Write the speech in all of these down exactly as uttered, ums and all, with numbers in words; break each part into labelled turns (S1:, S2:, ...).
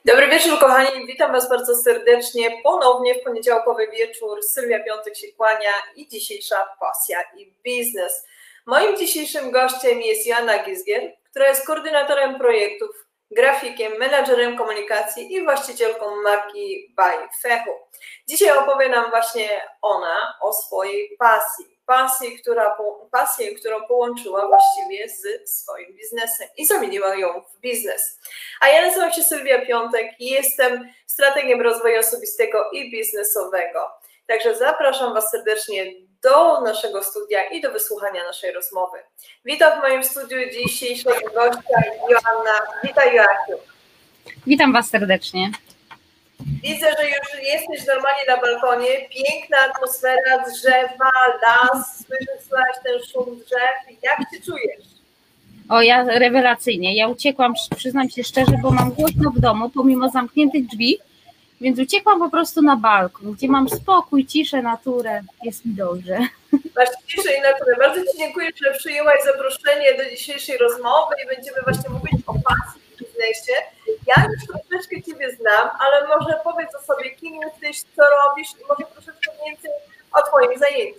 S1: Dobry wieczór, kochani. Witam Was bardzo serdecznie ponownie w poniedziałkowy wieczór. Sylwia Piątek się kłania i dzisiejsza pasja i biznes. Moim dzisiejszym gościem jest Joanna Gizgier, która jest koordynatorem projektów, grafikiem, menadżerem komunikacji i właścicielką marki By Fehu. Dzisiaj opowie nam właśnie ona o swojej pasji. Pasji, która, pasję, którą połączyła właściwie z swoim biznesem i zamieniła ją w biznes. A ja nazywam się Sylwia Piątek i jestem strategiem rozwoju osobistego i biznesowego. Także zapraszam Was serdecznie do naszego studia i do wysłuchania naszej rozmowy. Witam w moim studiu dzisiejszego gościa Joanna. Witaj, Joasiu.
S2: Witam Was serdecznie.
S1: Widzę, że już jesteś normalnie na balkonie. Piękna atmosfera, drzewa, las. Słyszysz, słychać ten szum drzew. Jak się czujesz?
S2: O, ja rewelacyjnie. Ja uciekłam, przyznam się szczerze, bo mam głośno w domu, pomimo zamkniętych drzwi, więc uciekłam po prostu na balkon, gdzie mam spokój, ciszę, naturę. Jest mi dobrze.
S1: Masz ciszę i naturę. Bardzo Ci dziękuję, że przyjęłaś zaproszenie do dzisiejszej rozmowy i będziemy właśnie mówić o pasji w biznesie. Ja już troszeczkę Ciebie znam, ale może powiedz o sobie, kim jesteś, co robisz i może troszeczkę więcej o Twoim zajęciu.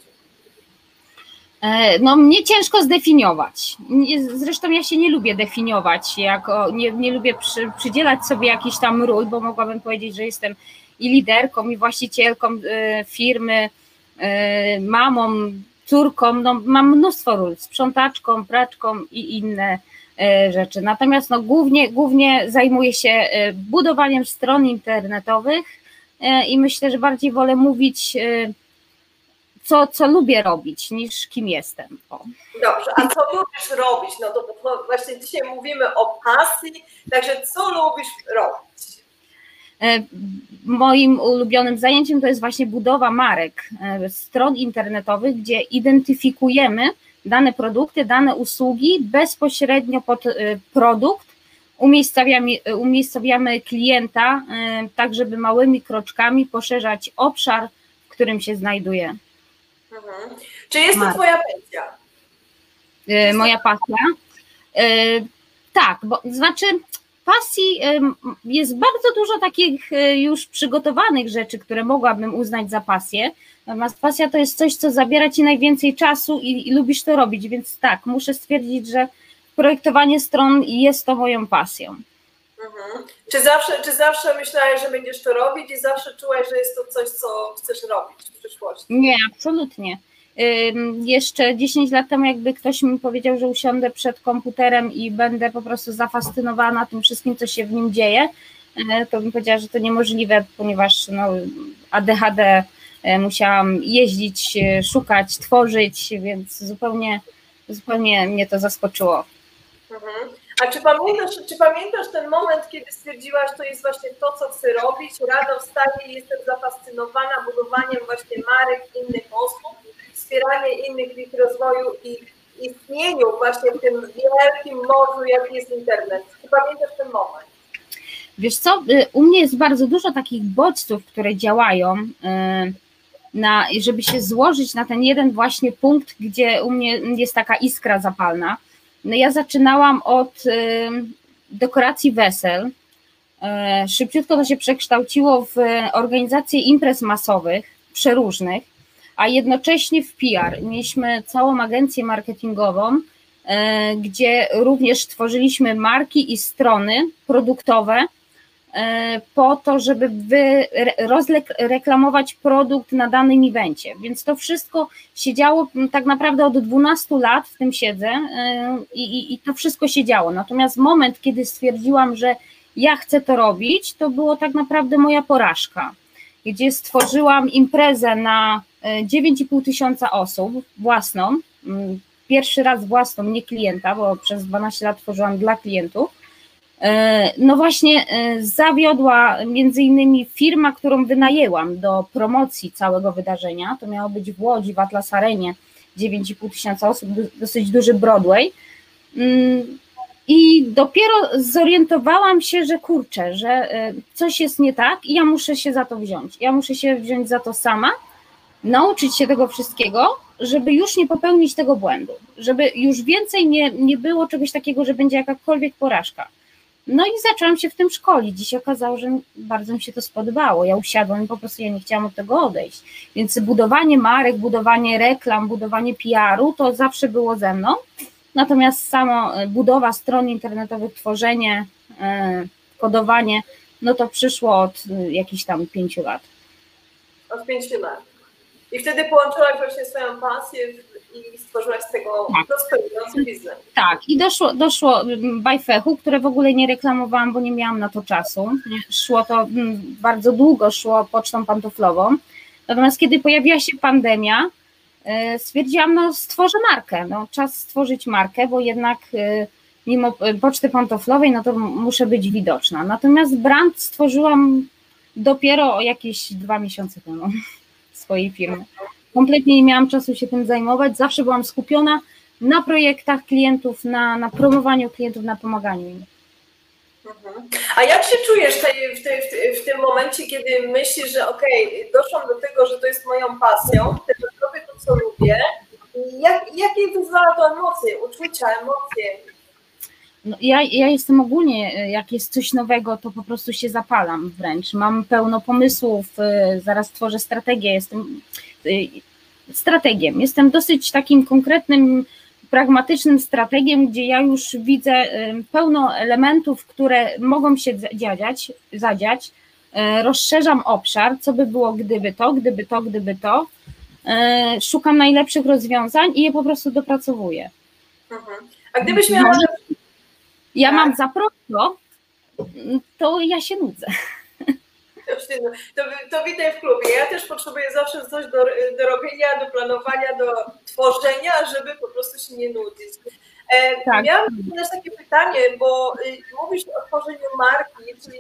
S2: No, mnie ciężko zdefiniować. Zresztą ja się nie lubię definiować, jako, nie, nie lubię przy, przydzielać sobie jakiś tam ról, bo mogłabym powiedzieć, że jestem i liderką, i właścicielką firmy, mamą, córką, no, mam mnóstwo ról, sprzątaczką, praczką i inne rzeczy. Natomiast no, głównie, głównie zajmuję się budowaniem stron internetowych i myślę, że bardziej wolę mówić Co, co lubię robić, niż kim jestem. O.
S1: Dobrze, a co lubisz robić? No to właśnie dzisiaj mówimy o pasji, także co lubisz robić?
S2: Moim ulubionym zajęciem to jest właśnie budowa marek, stron internetowych, gdzie identyfikujemy dane produkty, dane usługi bezpośrednio pod produkt, umiejscawiamy, umiejscawiamy klienta, tak żeby małymi kroczkami poszerzać obszar, w którym się znajduje.
S1: Mhm. Czy jest to Twoja pasja?
S2: Yy, moja pasja? Yy, tak, bo znaczy pasji yy, jest bardzo dużo takich yy, już przygotowanych rzeczy, które mogłabym uznać za pasję. Natomiast pasja to jest coś, co zabiera Ci najwięcej czasu i, i lubisz to robić, więc tak, muszę stwierdzić, że projektowanie stron jest to moją pasją.
S1: Mhm. Czy zawsze, czy zawsze myślałeś, że będziesz to robić i zawsze czułaś, że jest to coś, co chcesz robić w przyszłości?
S2: Nie, absolutnie. Jeszcze dziesięć lat temu, jakby ktoś mi powiedział, że usiądę przed komputerem i będę po prostu zafascynowana tym wszystkim, co się w nim dzieje, to bym powiedziała, że to niemożliwe, ponieważ no, A D H D musiałam jeździć, szukać, tworzyć, więc zupełnie, zupełnie mnie to zaskoczyło.
S1: Mhm. A czy pamiętasz, czy pamiętasz ten moment, kiedy stwierdziłaś, to jest właśnie to, co chcę robić, rano wstaję i jestem zafascynowana budowaniem właśnie marek innych osób, wspieranie innych w ich rozwoju i istnieniu właśnie w tym wielkim morzu, jak jest internet. Czy pamiętasz ten moment?
S2: Wiesz co, u mnie jest bardzo dużo takich bodźców, które działają, na, żeby się złożyć na ten jeden właśnie punkt, gdzie u mnie jest taka iskra zapalna. No ja zaczynałam od y, dekoracji wesel, y, szybciutko to się przekształciło w organizację imprez masowych, przeróżnych, a jednocześnie w P R. Mieliśmy całą agencję marketingową, y, gdzie również tworzyliśmy marki i strony produktowe y, po to, żeby wy, rozreklamować produkt na danym evencie, więc to wszystko się działo tak naprawdę od dwunastu lat, w tym siedzę i, i, i to wszystko się działo, natomiast moment, kiedy stwierdziłam, że ja chcę to robić, to było tak naprawdę moja porażka, gdzie stworzyłam imprezę na dziewięć i pół tysiąca osób, własną, pierwszy raz własną, nie klienta, bo przez dwanaście lat tworzyłam dla klientów. No właśnie zawiodła między innymi firma, którą wynajęłam do promocji całego wydarzenia, to miało być w Łodzi, w Atlas Arenie, dziewięć i pół tysiąca osób, dosyć duży Broadway i dopiero zorientowałam się, że kurczę, że coś jest nie tak i ja muszę się za to wziąć, ja muszę się wziąć za to sama, nauczyć się tego wszystkiego, żeby już nie popełnić tego błędu, żeby już więcej nie, nie było czegoś takiego, że będzie jakakolwiek porażka. No i zaczęłam się w tym szkolić i się okazało, że bardzo mi się to spodobało. Ja usiadłam i po prostu ja nie chciałam od tego odejść. Więc budowanie marek, budowanie reklam, budowanie P R u to zawsze było ze mną. Natomiast samo budowa stron internetowych, tworzenie, kodowanie, no to przyszło od jakichś tam pięciu lat.
S1: Od pięciu lat. I wtedy połączyłaś właśnie swoją pasję i stworzyłaś z tego tak. prosperujący biznes.
S2: Tak, i doszło, doszło Bajfechu, które w ogóle nie reklamowałam, bo nie miałam na to czasu. Szło to bardzo długo, szło pocztą pantoflową. Natomiast kiedy pojawiła się pandemia, stwierdziłam, no stworzę markę. No, czas stworzyć markę, bo jednak mimo poczty pantoflowej, no to muszę być widoczna. Natomiast brand stworzyłam dopiero jakieś dwa miesiące temu swojej firmy. Kompletnie nie miałam czasu się tym zajmować, zawsze byłam skupiona na projektach klientów, na, na promowaniu klientów, na pomaganiu im.
S1: Mhm. A jak się czujesz tej, w, tej, w tym momencie, kiedy myślisz, że okej, okay, doszłam do tego, że to jest moją pasją, tego robię to, co lubię, jak, jakie wyzwala to emocje, uczucia, emocje?
S2: No ja, ja jestem ogólnie, jak jest coś nowego, to po prostu się zapalam wręcz. Mam pełno pomysłów, zaraz tworzę strategię, jestem strategiem. Jestem dosyć takim konkretnym, pragmatycznym strategiem, gdzie ja już widzę pełno elementów, które mogą się zadziać, zadziać. Rozszerzam obszar, co by było gdyby to, gdyby to, gdyby to. Szukam najlepszych rozwiązań i je po prostu dopracowuję.
S1: Mhm. A gdybyś miała...
S2: Ja tak. mam za prosto, to ja się nudzę.
S1: To, to witaj w klubie. Ja też potrzebuję zawsze coś do, do robienia, do planowania, do tworzenia, żeby po prostu się nie nudzić. E, tak. Miałam też takie pytanie, bo y, mówisz o tworzeniu marki, czyli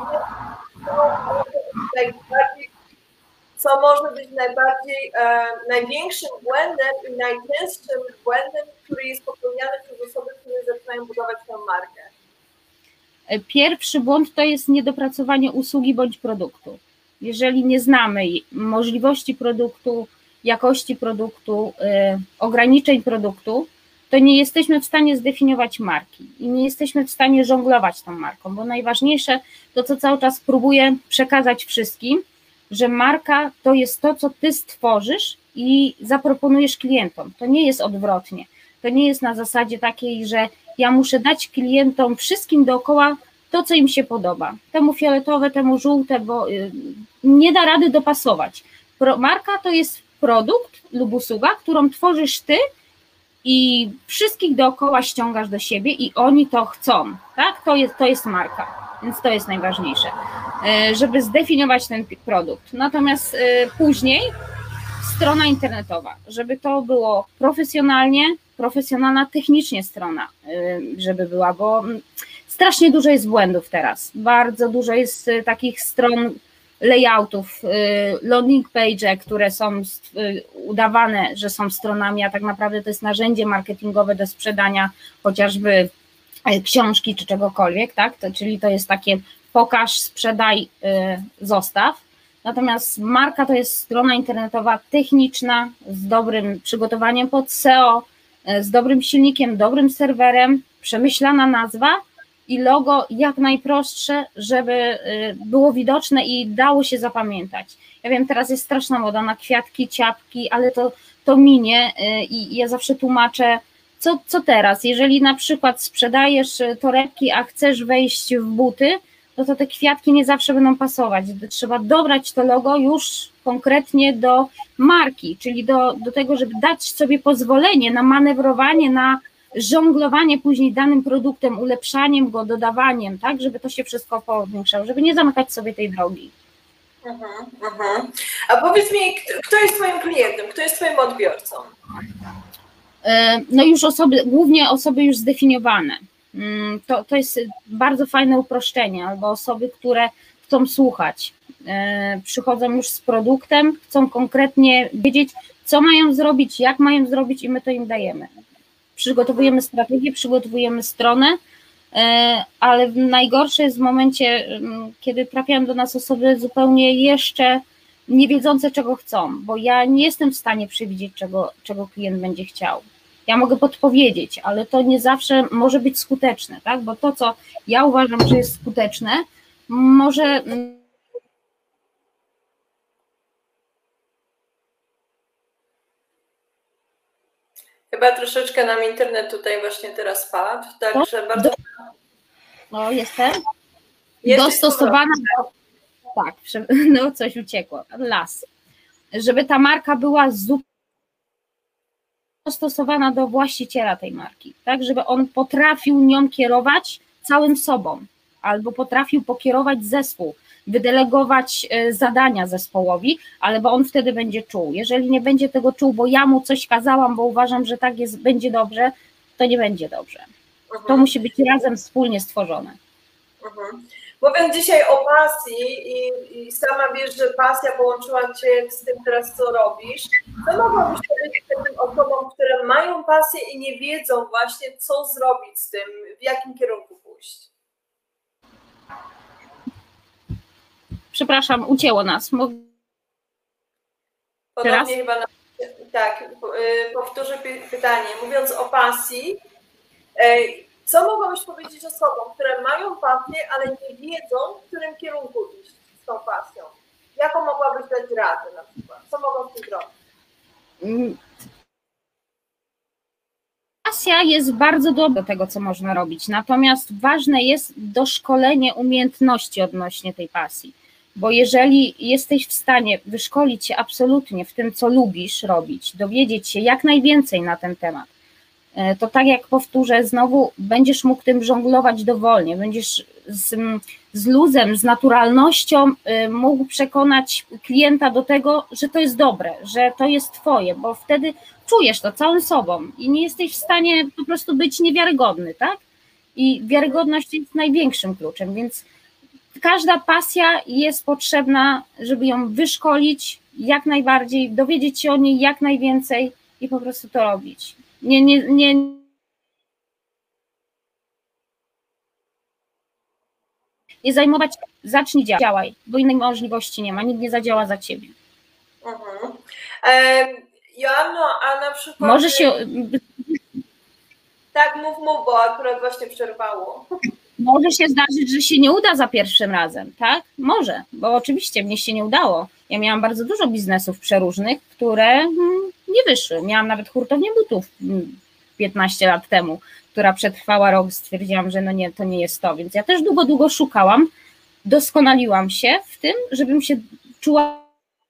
S1: co może być najbardziej, co może być najbardziej e, największym błędem i najczęstszym błędem, który jest popełniany przez osoby, które zaczynają budować tę markę.
S2: Pierwszy błąd to jest niedopracowanie usługi bądź produktu. Jeżeli nie znamy możliwości produktu, jakości produktu, yy, ograniczeń produktu, to nie jesteśmy w stanie zdefiniować marki i nie jesteśmy w stanie żonglować tą marką, bo najważniejsze to, co cały czas próbuję przekazać wszystkim, że marka to jest to, co ty stworzysz i zaproponujesz klientom. To nie jest odwrotnie. To nie jest na zasadzie takiej, że ja muszę dać klientom wszystkim dookoła to, co im się podoba. Temu fioletowe, temu żółte, bo nie da rady dopasować. Marka to jest produkt lub usługa, którą tworzysz ty i wszystkich dookoła ściągasz do siebie i oni to chcą. Tak? To jest, to jest marka, więc to jest najważniejsze, żeby zdefiniować ten produkt. Natomiast później strona internetowa, żeby to było profesjonalnie, profesjonalna technicznie strona, żeby była, bo strasznie dużo jest błędów teraz, bardzo dużo jest takich stron, layoutów, landing page, które są udawane, że są stronami, a tak naprawdę to jest narzędzie marketingowe do sprzedania chociażby książki czy czegokolwiek, tak? To, czyli to jest takie pokaż, sprzedaj, zostaw. Natomiast marka to jest strona internetowa techniczna, z dobrym przygotowaniem pod S E O, z dobrym silnikiem, dobrym serwerem, przemyślana nazwa i logo jak najprostsze, żeby było widoczne i dało się zapamiętać. Ja wiem, teraz jest straszna moda na kwiatki, ciapki, ale to, to minie i ja zawsze tłumaczę, co, co teraz, jeżeli na przykład sprzedajesz torebki, a chcesz wejść w buty, no to te kwiatki nie zawsze będą pasować. Trzeba dobrać to logo już konkretnie do marki, czyli do, do tego, żeby dać sobie pozwolenie na manewrowanie, na żonglowanie później danym produktem, ulepszaniem go, dodawaniem, tak, żeby to się wszystko powiększało, żeby nie zamykać sobie tej drogi.
S1: Mhm, mhm. A powiedz mi, kto jest twoim klientem, kto jest twoim odbiorcą?
S2: No już osoby, głównie osoby już zdefiniowane. To, to jest bardzo fajne uproszczenie, albo osoby, które chcą słuchać, przychodzą już z produktem, chcą konkretnie wiedzieć, co mają zrobić, jak mają zrobić i my to im dajemy. Przygotowujemy strategię, przygotowujemy stronę, ale najgorsze jest w momencie, kiedy trafiają do nas osoby zupełnie jeszcze nie wiedzące, czego chcą, bo ja nie jestem w stanie przewidzieć, czego, czego klient będzie chciał. Ja mogę podpowiedzieć, ale to nie zawsze może być skuteczne, tak? Bo to, co ja uważam, że jest skuteczne, może...
S1: Chyba troszeczkę nam internet tutaj właśnie teraz padł, także bardzo...
S2: No, jestem. Dostosowana... Tak, no coś uciekło. Las. Żeby ta marka była zupełnie dostosowana do właściciela tej marki, tak, żeby on potrafił nią kierować całym sobą, albo potrafił pokierować zespół, wydelegować zadania zespołowi, ale bo on wtedy będzie czuł. Jeżeli nie będzie tego czuł, bo ja mu coś kazałam, bo uważam, że tak jest, będzie dobrze, to nie będzie dobrze. Mhm. To musi być razem wspólnie stworzone.
S1: Mhm. Mówiąc dzisiaj o pasji i, i sama wiesz, że pasja połączyła Cię z tym teraz, co robisz, co mogłabyś powiedzieć takim osobom, które mają pasję i nie wiedzą właśnie, co zrobić z tym, w jakim kierunku pójść?
S2: Przepraszam, ucięło nas.
S1: Ponownie chyba, na, tak, powtórzę pytanie. Mówiąc o pasji, co mogłabyś powiedzieć osobom, które mają pasję, ale nie wiedzą, w którym kierunku iść z tą pasją? Jaką mogłabyś dać radę na przykład? Co mogą w tym zrobić?
S2: Pasja jest bardzo dobra do tego, co można robić, natomiast ważne jest doszkolenie umiejętności odnośnie tej pasji, bo jeżeli jesteś w stanie wyszkolić się absolutnie w tym, co lubisz robić, dowiedzieć się jak najwięcej na ten temat, to tak jak powtórzę, znowu będziesz mógł tym żonglować dowolnie, będziesz z, z luzem, z naturalnością mógł przekonać klienta do tego, że to jest dobre, że to jest twoje, bo wtedy czujesz to całym sobą i nie jesteś w stanie po prostu być niewiarygodny, tak? I wiarygodność jest największym kluczem, więc każda pasja jest potrzebna, żeby ją wyszkolić jak najbardziej, dowiedzieć się o niej jak najwięcej i po prostu to robić. Nie, nie, nie. Nie zajmować, zacznij działać, działaj, bo innej możliwości nie ma, nikt nie zadziała za ciebie.
S1: Mhm. E, Joanno, a na przykład...
S2: Może się...
S1: Tak, mów, mów, bo akurat właśnie przerwało.
S2: Może się zdarzyć, że się nie uda za pierwszym razem, tak? Może, bo oczywiście mnie się nie udało. Ja miałam bardzo dużo biznesów przeróżnych, które nie wyszły. Miałam nawet hurtownię butów piętnaście lat temu, która przetrwała rok, stwierdziłam, że no nie, to nie jest to, więc ja też długo, długo szukałam, doskonaliłam się w tym, żebym się czuła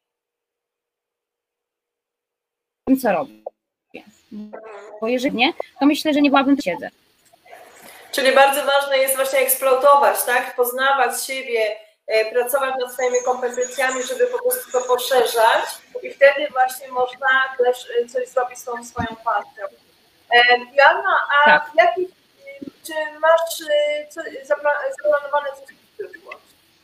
S2: tym, co robię. Bo jeżeli nie, to myślę, że nie byłabym tu siedzę.
S1: Czyli bardzo ważne jest właśnie eksploatować, tak? Poznawać siebie, pracować nad swoimi kompetencjami, żeby po prostu to poszerzać i wtedy właśnie można też coś zrobić z tą swoją pasją. Joanna, a tak. Jaki, czy masz co, zaplanowane coś w przyszłość?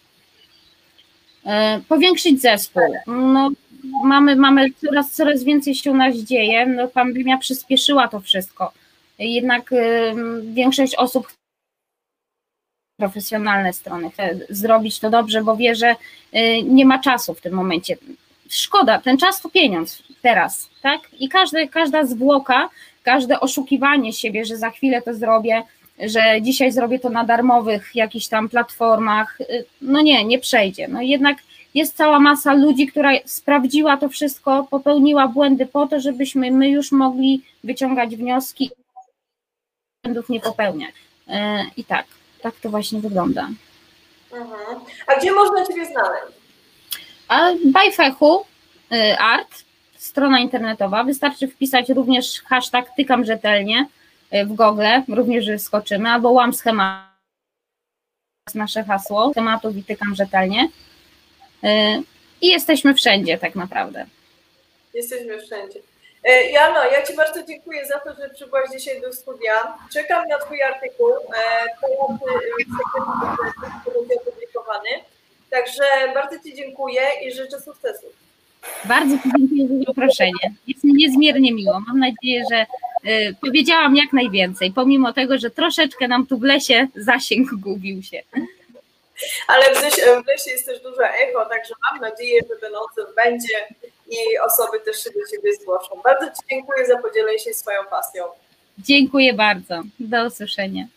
S2: Powiększyć zespół. No, mamy, mamy coraz, coraz więcej się u nas dzieje. No, pandemia przyspieszyła to wszystko. Jednak y, większość osób profesjonalne strony chce zrobić to dobrze, bo wie, że y, nie ma czasu w tym momencie. Szkoda, ten czas to pieniądz teraz, tak? I każde, każda zwłoka, każde oszukiwanie siebie, że za chwilę to zrobię, że dzisiaj zrobię to na darmowych jakichś tam platformach, y, no nie, nie przejdzie. No jednak jest cała masa ludzi, która sprawdziła to wszystko, popełniła błędy po to, żebyśmy my już mogli wyciągać wnioski, błędów nie popełniać. I tak, tak to właśnie wygląda.
S1: Mhm. A gdzie można Ciebie znaleźć?
S2: A by Fechu Art, strona internetowa, wystarczy wpisać również hashtag tykam rzetelnie w Google, również wyskoczymy, albo łam schemat, nasze hasło, schematów i tykam rzetelnie. I jesteśmy wszędzie tak naprawdę.
S1: Jesteśmy wszędzie. Joanno, ja Ci bardzo dziękuję za to, że przybyłaś dzisiaj do studia. Czekam na Twój artykuł, który będzie opublikowany. Także bardzo Ci dziękuję i życzę sukcesów.
S2: Bardzo Ci dziękuję za zaproszenie. Jest mi niezmiernie miło. Mam nadzieję, że y, powiedziałam jak najwięcej, pomimo tego, że troszeczkę nam tu w lesie zasięg gubił się.
S1: Ale w lesie, w lesie jest też duże echo, także mam nadzieję, że ten odsłuch będzie i osoby też się do Ciebie zgłoszą. Bardzo Ci dziękuję za podzielenie się swoją pasją.
S2: Dziękuję bardzo. Do usłyszenia.